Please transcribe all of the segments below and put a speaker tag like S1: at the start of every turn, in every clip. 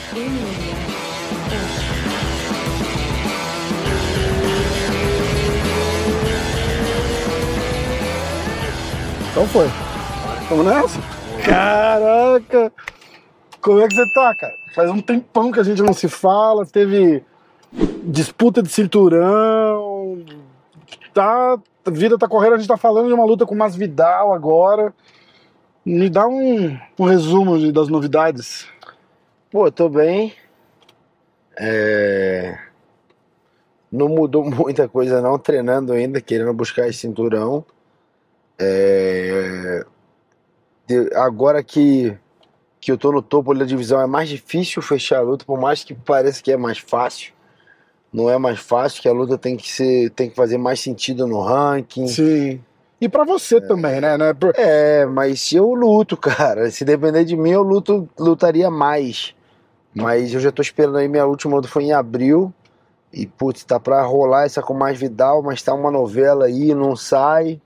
S1: Então foi. Vamos nessa? Caraca! Como é que você tá, cara? Faz um tempão que a gente não se fala, teve disputa de cinturão, a vida tá correndo, a gente tá falando de uma luta com o Masvidal agora. Me dá um resumo das novidades.
S2: Pô, tô bem. Não mudou muita coisa não, treinando ainda, querendo buscar esse cinturão. Agora que eu tô no topo da divisão, é mais difícil fechar a luta, por mais que pareça que é mais fácil. Não é mais fácil, que a luta tem que fazer mais sentido no ranking.
S1: Sim. E pra você também, né?
S2: Mas eu luto, cara. Se depender de mim, eu lutaria mais. Mas eu já tô esperando aí, minha última luta foi em abril. E, putz, tá pra rolar essa com o Masvidal, mas tá uma novela aí, não sai.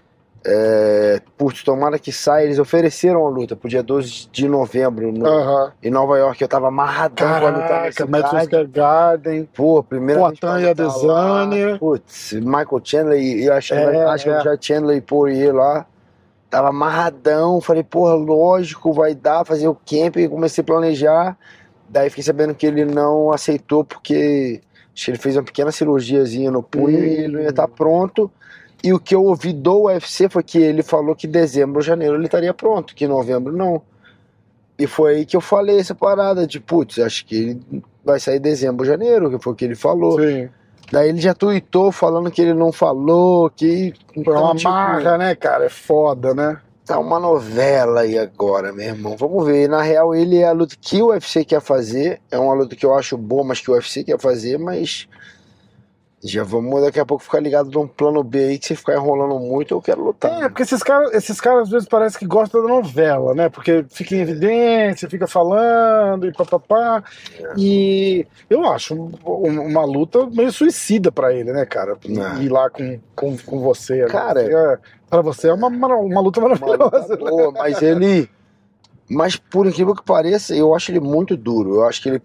S2: Putz, tomara que saia. Eles ofereceram a luta pro dia 12 de novembro em Nova York. Eu tava amarradão com a luta nesse
S1: Madison Garden.
S2: Pô, primeira vez
S1: Poatan e Adesanya.
S2: Putz, Michael Chandler e eu acho que já Chandler e Poirier lá. Tava amarradão. Falei, porra, lógico, vai dar, fazer o camp. E comecei a planejar. Daí fiquei sabendo que ele não aceitou porque acho que ele fez uma pequena cirurgiazinha no punho e ele não ia estar pronto. E o que eu ouvi do UFC foi que ele falou que dezembro ou janeiro ele estaria pronto, que novembro não. E foi aí que eu falei essa parada de, putz, acho que ele vai sair dezembro ou janeiro, que foi o que ele falou.
S1: Sim.
S2: Daí ele já tweetou falando que ele não falou, que...
S1: Então, uma marca, né, cara? É foda, né?
S2: Tá uma novela aí agora, meu irmão. Vamos ver. Na real, ele é a luta que o UFC quer fazer. É uma luta que eu acho boa, mas que o UFC quer fazer, mas... Já vamos daqui a pouco ficar ligado num plano B aí, que se ficar enrolando muito, eu quero lutar.
S1: Porque esses caras às vezes parece que gostam da novela, né? Porque fica em evidência, fica falando e papapá. E eu acho uma luta meio suicida pra ele, né, cara? Ir lá com você.
S2: Cara,
S1: pra você é uma luta maravilhosa.
S2: Uma luta boa, mas ele... Mas por incrível que pareça, eu acho ele muito duro. Eu acho que ele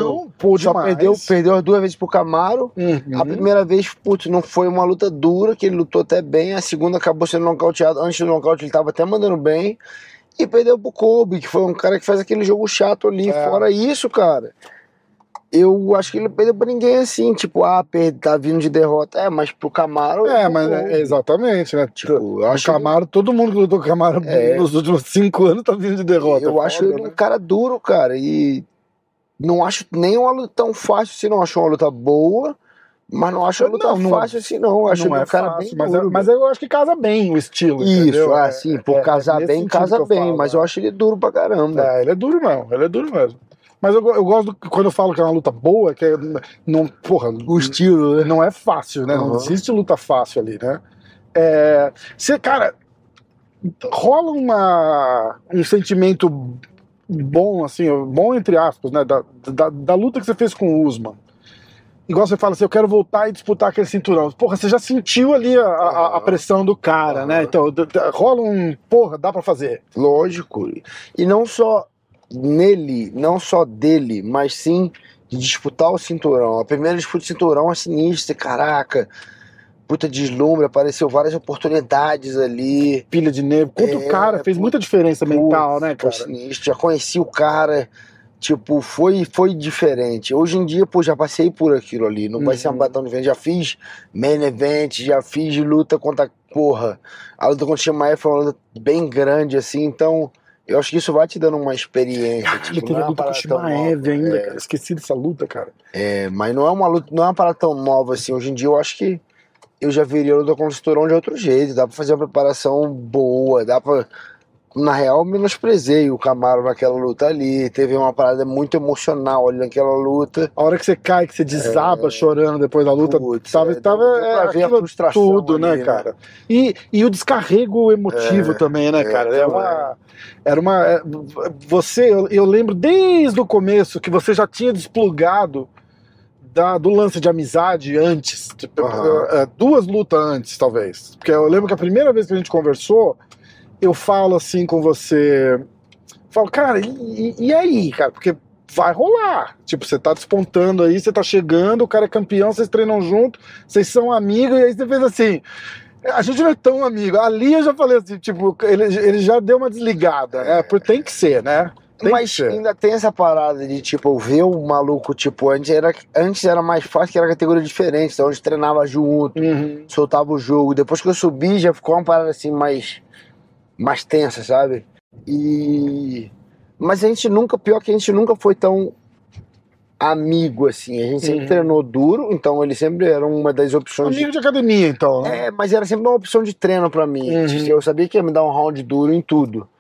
S2: perdeu as duas vezes pro Kamaru. A primeira vez, putz, não foi uma luta dura, que ele lutou até bem. A segunda acabou sendo nocauteado. Antes do nocaute ele tava até mandando bem. E perdeu pro Colby, que foi um cara que faz aquele jogo chato ali. Fora isso, cara, eu acho que ele perdeu pra ninguém assim, tipo, tá vindo de derrota. Mas pro Kamaru...
S1: exatamente, né?
S2: Tipo, eu acho
S1: Kamaru, todo mundo que lutou com o Kamaru nos últimos 5 anos tá vindo de derrota.
S2: Eu acho ele um cara duro, cara, e não acho nem uma luta tão fácil assim, não. Acho uma luta boa, mas não acho uma luta fácil assim, não. Acho
S1: não
S2: um cara
S1: fácil,
S2: bem duro.
S1: mas eu acho que casa bem o estilo,
S2: isso,
S1: entendeu?
S2: Sim, por casar bem, casa bem, mas eu acho ele duro pra caramba.
S1: Ele é duro mesmo. Mas eu gosto quando eu falo que é uma luta boa, que
S2: o estilo, né?
S1: Não é fácil, né? Não existe luta fácil ali, né? Cara, rola um sentimento bom, assim, bom entre aspas, né? Da luta que você fez com o Usman. Igual você fala assim, eu quero voltar e disputar aquele cinturão. Porra, você já sentiu ali a pressão do cara, né? Então, rola dá pra fazer.
S2: Lógico. E não só nele, não só dele, mas sim de disputar o cinturão. A primeira disputa de cinturão é sinistra, caraca, puta deslumbre, apareceu várias oportunidades ali.
S1: Pilha de nervo. Contra o cara, fez muita diferença mental, né, cara?
S2: Foi sinistro, já conheci o cara, tipo, foi diferente. Hoje em dia, já passei por aquilo ali, não vai ser um batalha de evento, já fiz main event, já fiz luta contra, a luta contra o Chimaev foi uma luta bem grande, assim, então... Eu acho que isso vai te dando uma experiência.
S1: Ele teve a luta com o Chimaev ainda, cara. Esqueci dessa luta, cara.
S2: Mas não é uma luta, não é uma parada tão nova assim. Hoje em dia eu acho que eu já viria a luta com o cinturão de outro jeito. Dá pra fazer uma preparação boa, dá pra... Na real, eu menosprezei o Kamaru naquela luta ali. Teve uma parada muito emocional ali naquela luta.
S1: A hora que você cai, que você desaba chorando depois da luta, tava
S2: pra ver a frustração
S1: tudo,
S2: ali,
S1: né, cara? E o descarrego emotivo também, né, cara? Eu lembro desde o começo que você já tinha desplugado do lance de amizade antes, duas lutas antes, talvez. Porque eu lembro que a primeira vez que a gente conversou, eu falo assim com você, cara, e aí, cara? Porque vai rolar. Tipo, você tá despontando aí, você tá chegando, o cara é campeão, vocês treinam junto, vocês são amigos, e aí você fez assim... A gente não é tão amigo. Ali eu já falei assim, tipo, ele já deu uma desligada, né? Porque tem que ser, né?
S2: Mas ainda tem essa parada de, tipo, ver o maluco, tipo, antes era mais fácil, que era categoria diferente, então a gente treinava junto, soltava o jogo. Depois que eu subi, já ficou uma parada assim mais tensa, sabe? Mas a gente nunca, pior que a gente nunca foi tão amigo, assim. A gente sempre treinou duro, então ele sempre era uma das opções.
S1: Amigo de academia, então, né?
S2: Mas era sempre uma opção de treino pra mim. Eu sabia que ia me dar um round duro em tudo.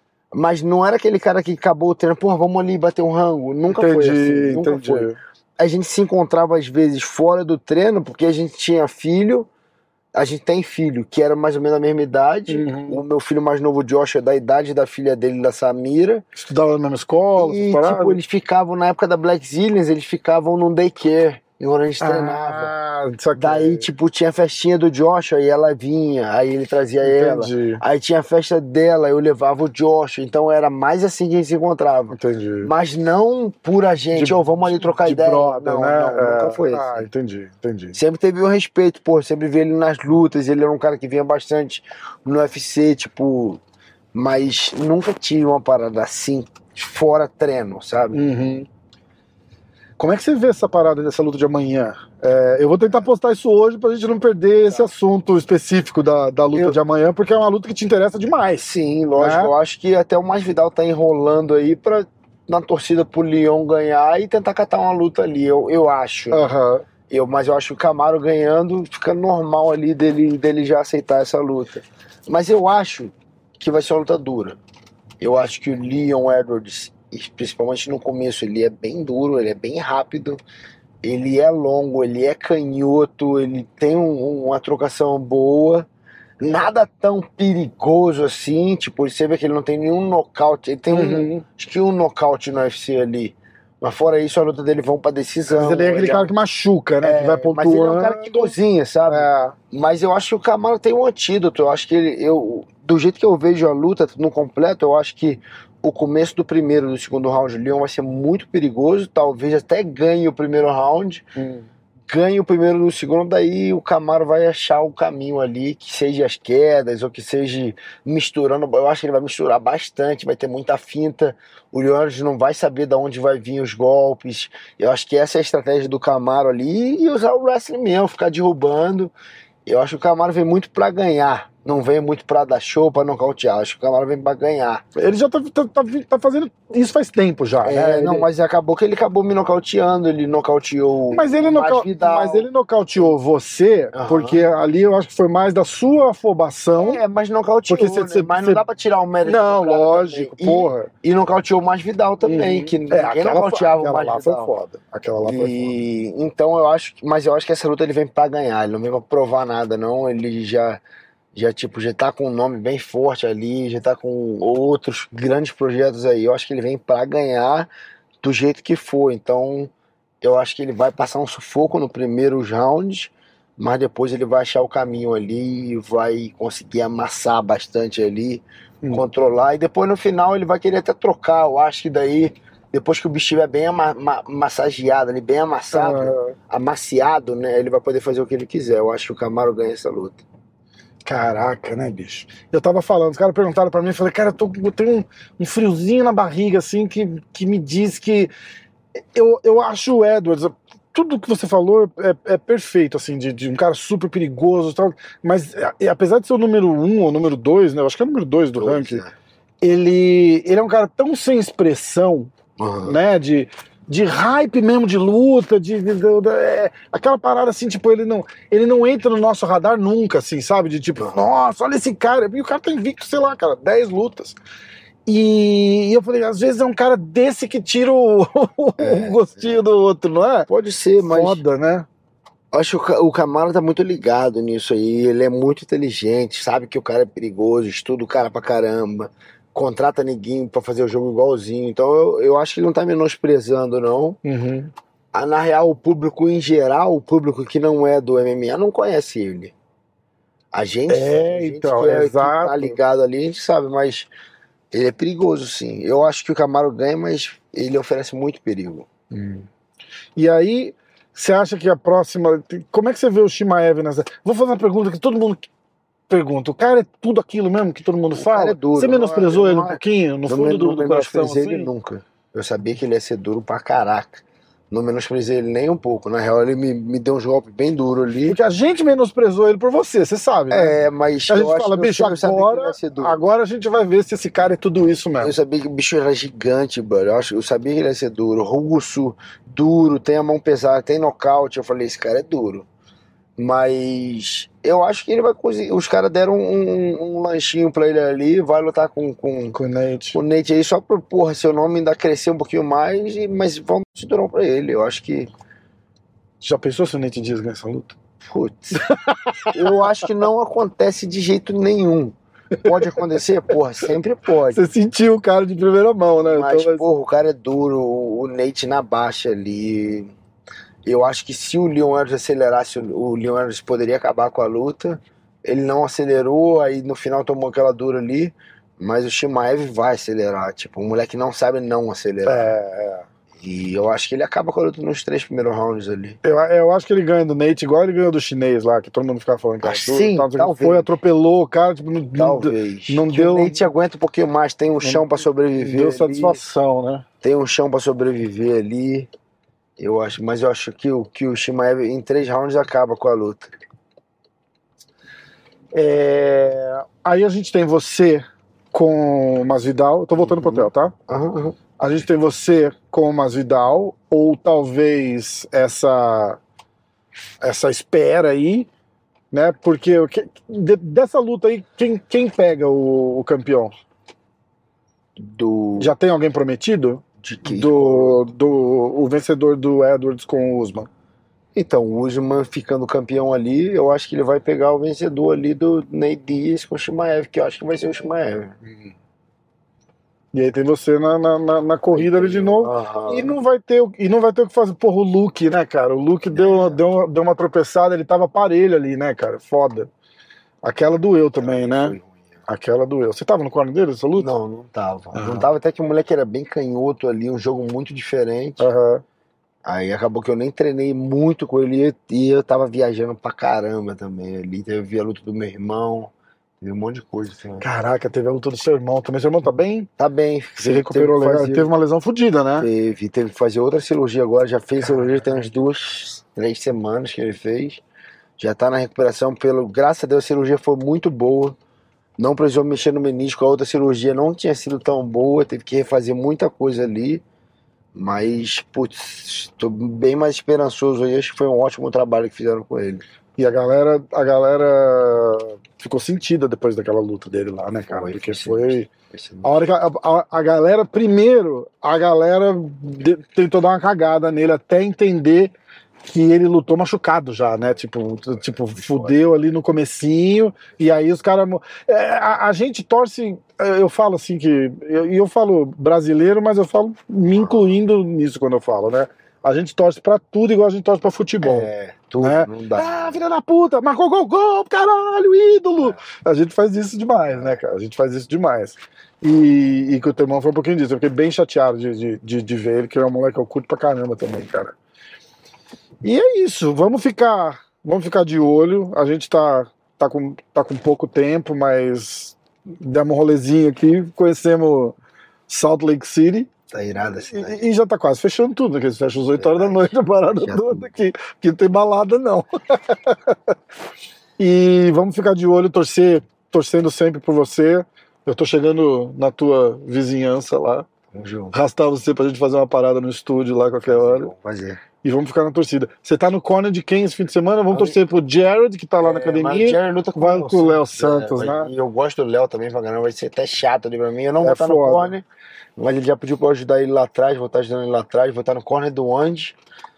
S2: Mas não era aquele cara que acabou o treino, porra, vamos ali bater um rango. Nunca foi assim, nunca foi. A gente se encontrava às vezes fora do treino, porque a gente tinha filho, a gente tem filho, que era mais ou menos a mesma idade. O meu filho mais novo, Josh, é da idade da filha dele, da Samira.
S1: Estudava na mesma escola?
S2: E, tipo, eles ficavam, na época da Black Zillions, eles ficavam num daycare, onde a gente treinava. Daí, tipo, tinha a festinha do Josh, aí ela vinha, aí ele trazia ela. Aí tinha a festa dela, eu levava o Josh. Então era mais assim que a gente se encontrava. Mas não por a gente, vamos ali trocar ideia.
S1: Brother,
S2: não, nunca foi assim.
S1: Entendi.
S2: Sempre teve o respeito, pô, sempre vi ele nas lutas, ele era um cara que vinha bastante no UFC, tipo... Mas nunca tive uma parada assim, fora treino, sabe?
S1: Como é que você vê essa parada dessa luta de amanhã? Eu vou tentar postar isso hoje pra gente não perder esse assunto específico da luta de amanhã, porque é uma luta que te interessa demais.
S2: Sim, lógico. Né? Eu acho que até o Masvidal tá enrolando aí na torcida pro Leon ganhar e tentar catar uma luta ali, eu acho. Mas eu acho que o Kamaru ganhando fica normal ali dele já aceitar essa luta. Mas eu acho que vai ser uma luta dura. Eu acho que o Leon Edwards, principalmente no começo, ele é bem duro, ele é bem rápido, ele é longo, ele é canhoto, ele tem uma trocação boa, nada tão perigoso assim, tipo, você vê que ele não tem nenhum nocaute, ele tem acho que um nocaute no UFC ali, mas fora isso a luta dele vão pra decisão.
S1: Mas ele é aquele cara que machuca, né, que vai pontuando.
S2: Mas ele é um cara que cozinha, sabe? Mas eu acho que o Kamaru tem um antídoto, eu acho que do jeito que eu vejo a luta no completo, eu acho que o começo do primeiro e do segundo round, o Leon vai ser muito perigoso, talvez até ganhe o primeiro round, ganhe o primeiro e o segundo, daí o Kamaru vai achar o caminho ali, que seja as quedas, ou que seja misturando, eu acho que ele vai misturar bastante, vai ter muita finta, o Leon não vai saber de onde vai vir os golpes, eu acho que essa é a estratégia do Kamaru ali, e usar o wrestling mesmo, ficar derrubando. Eu acho que o Kamaru vem muito pra ganhar, não vem muito pra dar show, pra nocautear. Acho que o Kamaru vem pra ganhar.
S1: Ele já tá fazendo isso faz tempo já, né?
S2: Não, mas acabou que ele acabou me nocauteando, ele nocauteou
S1: mas ele nocauteou você, porque ali eu acho que foi mais da sua afobação.
S2: Mas nocauteou, porque mas não dá pra tirar o mérito.
S1: Não, lógico, porra.
S2: E nocauteou o Masvidal também, que ninguém nocauteava o Masvidal.
S1: Aquela lá foi foda.
S2: Então eu acho que essa luta ele vem pra ganhar, ele não vem pra provar nada não, ele já tá com um nome bem forte ali, já tá com outros grandes projetos aí. Eu acho que ele vem pra ganhar do jeito que for. Então, eu acho que ele vai passar um sufoco no primeiro round, mas depois ele vai achar o caminho ali e vai conseguir amassar bastante ali, controlar. E depois no final ele vai querer até trocar. Eu acho que daí, depois que o bicho estiver bem massageado ali, bem amassado, amaciado, né, ele vai poder fazer o que ele quiser. Eu acho que o Kamaru ganha essa luta.
S1: Caraca, né, bicho? Eu tava falando, os caras perguntaram pra mim, eu falei, cara, eu tenho um friozinho na barriga, assim, que me diz que eu acho o Edwards, tudo que você falou é perfeito, assim, de um cara super perigoso e tal, mas apesar de ser o número 1 ou número 2, né, eu acho que é o número 2 do ranking, ele é um cara tão sem expressão, né, de hype mesmo, de luta, aquela parada assim, tipo, ele não entra no nosso radar nunca, assim, sabe? De tipo, nossa, olha esse cara, e o cara tá invicto, sei lá, cara, 10 lutas. E eu falei, às vezes é um cara desse que tira o gostinho do outro, não é?
S2: Pode ser, mas...
S1: Foda, né?
S2: Acho que o Kamaru tá muito ligado nisso aí, ele é muito inteligente, sabe que o cara é perigoso, estuda o cara pra caramba, contrata ninguém pra fazer o jogo igualzinho. Então eu acho que ele não tá menosprezando, não. Na real, o público em geral, o público que não é do MMA, não conhece ele. A gente
S1: então,
S2: que tá ligado ali, a gente sabe, mas ele é perigoso, sim. Eu acho que o Kamaru ganha, mas ele oferece muito perigo.
S1: E aí, você acha que a próxima... Como é que você vê o Chimaev nessa... Vou fazer uma pergunta que todo mundo pergunta. O cara é tudo aquilo mesmo que todo mundo fala?
S2: Cara é duro,
S1: você menosprezou ele um pouquinho? No fundo do coração, assim?
S2: Ele nunca. Eu sabia que ele ia ser duro pra caraca. Não menosprezei ele nem um pouco. Na real, ele me deu uns golpes bem duros ali.
S1: Porque a gente menosprezou ele por você sabe, né?
S2: Mas
S1: a gente fala, bicho, agora a gente vai ver se esse cara é tudo isso mesmo.
S2: Eu sabia que o bicho era gigante, mano. Eu sabia que ele ia ser duro. Russo, duro, tem a mão pesada, tem nocaute. Eu falei, esse cara é duro. Mas eu acho que ele vai conseguir. Os caras deram um lanchinho pra ele ali, vai lutar com o Nate. O Nate aí só por, seu nome ainda crescer um pouquinho mais, mas vão dar cinturão pra ele. Eu acho que.
S1: Já pensou se o Nate Diaz ganha essa luta?
S2: Putz. Eu acho que não acontece de jeito nenhum. Pode acontecer? Sempre pode.
S1: Você sentiu o cara de primeira mão, né?
S2: Mas, então, o cara é duro, o Nate na baixa ali. Eu acho que se o Leon Edwards acelerasse, o Leon Edwards poderia acabar com a luta. Ele não acelerou, aí no final tomou aquela dura ali. Mas o Chimaev vai acelerar. Tipo, um moleque não sabe não acelerar. E eu acho que ele acaba com a luta nos 3 primeiros rounds ali.
S1: Eu acho que ele ganha do Nate igual ele ganhou do chinês lá, que todo mundo ficava falando que era duro.
S2: Sim,
S1: talvez. Foi, atropelou o cara, tipo,
S2: talvez.
S1: Não deu.
S2: O Nate aguenta um pouquinho mais, tem um chão pra sobreviver.
S1: Deu satisfação, né?
S2: Tem um chão pra sobreviver ali. Mas eu acho que o Chimaev em 3 rounds acaba com a luta.
S1: Aí a gente tem você com o Masvidal. Eu tô voltando pro hotel, tá? A gente tem você com o Masvidal, ou talvez essa espera aí, né? Porque dessa luta aí, quem pega o campeão? Já tem alguém prometido?
S2: De que?
S1: O vencedor do Edwards com o Usman.
S2: Então, o Usman ficando campeão ali, eu acho que ele vai pegar o vencedor ali do Nate Diaz com o Chimaev, que eu acho que vai ser o Chimaev.
S1: E aí tem você na corrida ali de novo. E não vai ter o que fazer. Porra, o Luke, né, cara? O Luke deu uma tropeçada, ele tava parelho ali, né, cara? Foda. Aquela doeu também, né? Aquela doeu. Você tava no corner dele, essa luta?
S2: Não tava. Não tava, até que o moleque era bem canhoto ali, um jogo muito diferente. Aí acabou que eu nem treinei muito com ele e eu tava viajando pra caramba também ali. Vi a luta do meu irmão, teve um monte de coisa. Assim.
S1: Caraca, teve a luta do seu irmão também. Seu irmão tá bem?
S2: Tá bem.
S1: Se recuperou legal. Teve uma lesão fodida, né?
S2: Teve que fazer outra cirurgia agora. Já fez cirurgia tem umas 2, 3 semanas que ele fez. Já tá na recuperação. Graças a Deus a cirurgia foi muito boa. Não precisou mexer no menisco. A outra cirurgia não tinha sido tão boa. Teve que refazer muita coisa ali. Mas, putz, tô bem mais esperançoso aí. Acho que foi um ótimo trabalho que fizeram com ele.
S1: E a galera ficou sentida depois daquela luta dele lá, né, cara? Porque foi a hora que a galera, primeiro, tentou dar uma cagada nele até entender que ele lutou machucado já, né? Tipo fudeu ali no comecinho, e aí os caras... a gente torce, eu falo assim que... Eu falo brasileiro, mas eu falo me incluindo nisso quando eu falo, né? A gente torce pra tudo igual a gente torce pra futebol.
S2: Tudo,
S1: né?
S2: Não dá.
S1: Filha da puta, marcou gol, caralho, ídolo! A gente faz isso demais, né, cara? A gente faz isso demais. E com o teu irmão foi um pouquinho disso. Eu fiquei bem chateado de ver ele, que é um moleque que eu curto pra caramba também, cara. E é isso, vamos ficar de olho. A gente tá com pouco tempo, mas demos um rolezinho aqui, conhecemos Salt Lake City.
S2: Tá irada assim.
S1: E já tá quase fechando tudo, né? Que eles fecham às 8 horas da noite, a parada toda aqui. Que não tem balada, não. E vamos ficar de olho, torcendo sempre por você. Eu tô chegando na tua vizinhança lá. Arrastar você pra gente fazer uma parada no estúdio lá qualquer hora.
S2: Vamos fazer.
S1: E vamos ficar na torcida. Você tá no corner de quem esse fim de semana? Vamos torcer pro Jared, que tá lá na academia.
S2: O Jared luta
S1: vai com o Léo Santos, né?
S2: E eu gosto do Léo também pra caramba. Vai ser até chato ali pra mim. Eu não vou estar no corner, mas ele já pediu pra eu ajudar ele lá atrás. Vou estar ajudando ele lá atrás. Vou estar no corner do Andy.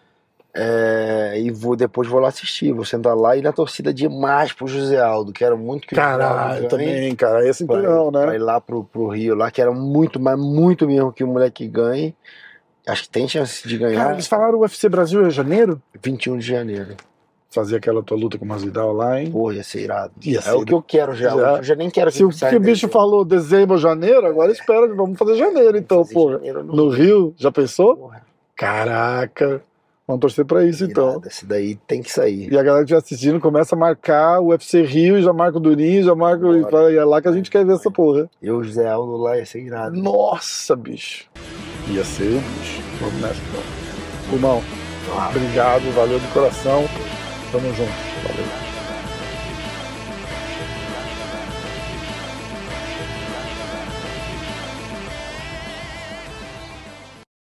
S2: E depois vou lá assistir. Vou sentar lá e na torcida demais pro José Aldo. Quero muito que o
S1: Caralho, também, cara. Esse não, né?
S2: Vai lá pro Rio lá. Quero muito, mas muito mesmo que o moleque ganhe. Acho que tem chance de ganhar.
S1: Cara, eles falaram o UFC Brasil é janeiro?
S2: 21 de janeiro.
S1: fazer aquela tua luta com o Masvidal lá, hein?
S2: Pô, ia ser irado.
S1: Ia
S2: É
S1: ser.
S2: o que eu quero já. Eu já nem quero que
S1: Se o bicho falou dezembro ou janeiro, agora espera, vamos fazer janeiro então, porra. No Rio, já pensou? Porra. Caraca. Vamos torcer pra isso, então.
S2: Esse daí tem que sair.
S1: E a galera que estiver assistindo começa a marcar o UFC Rio, já marca o Durinho, já marca o... E é lá que a gente quer ver essa porra.
S2: Eu, José Aldo lá, ia ser irado.
S1: Nossa, bicho. Ia ser, bicho. Vamos nessa, então. Irmão, obrigado, valeu de coração. Tamo junto. Valeu.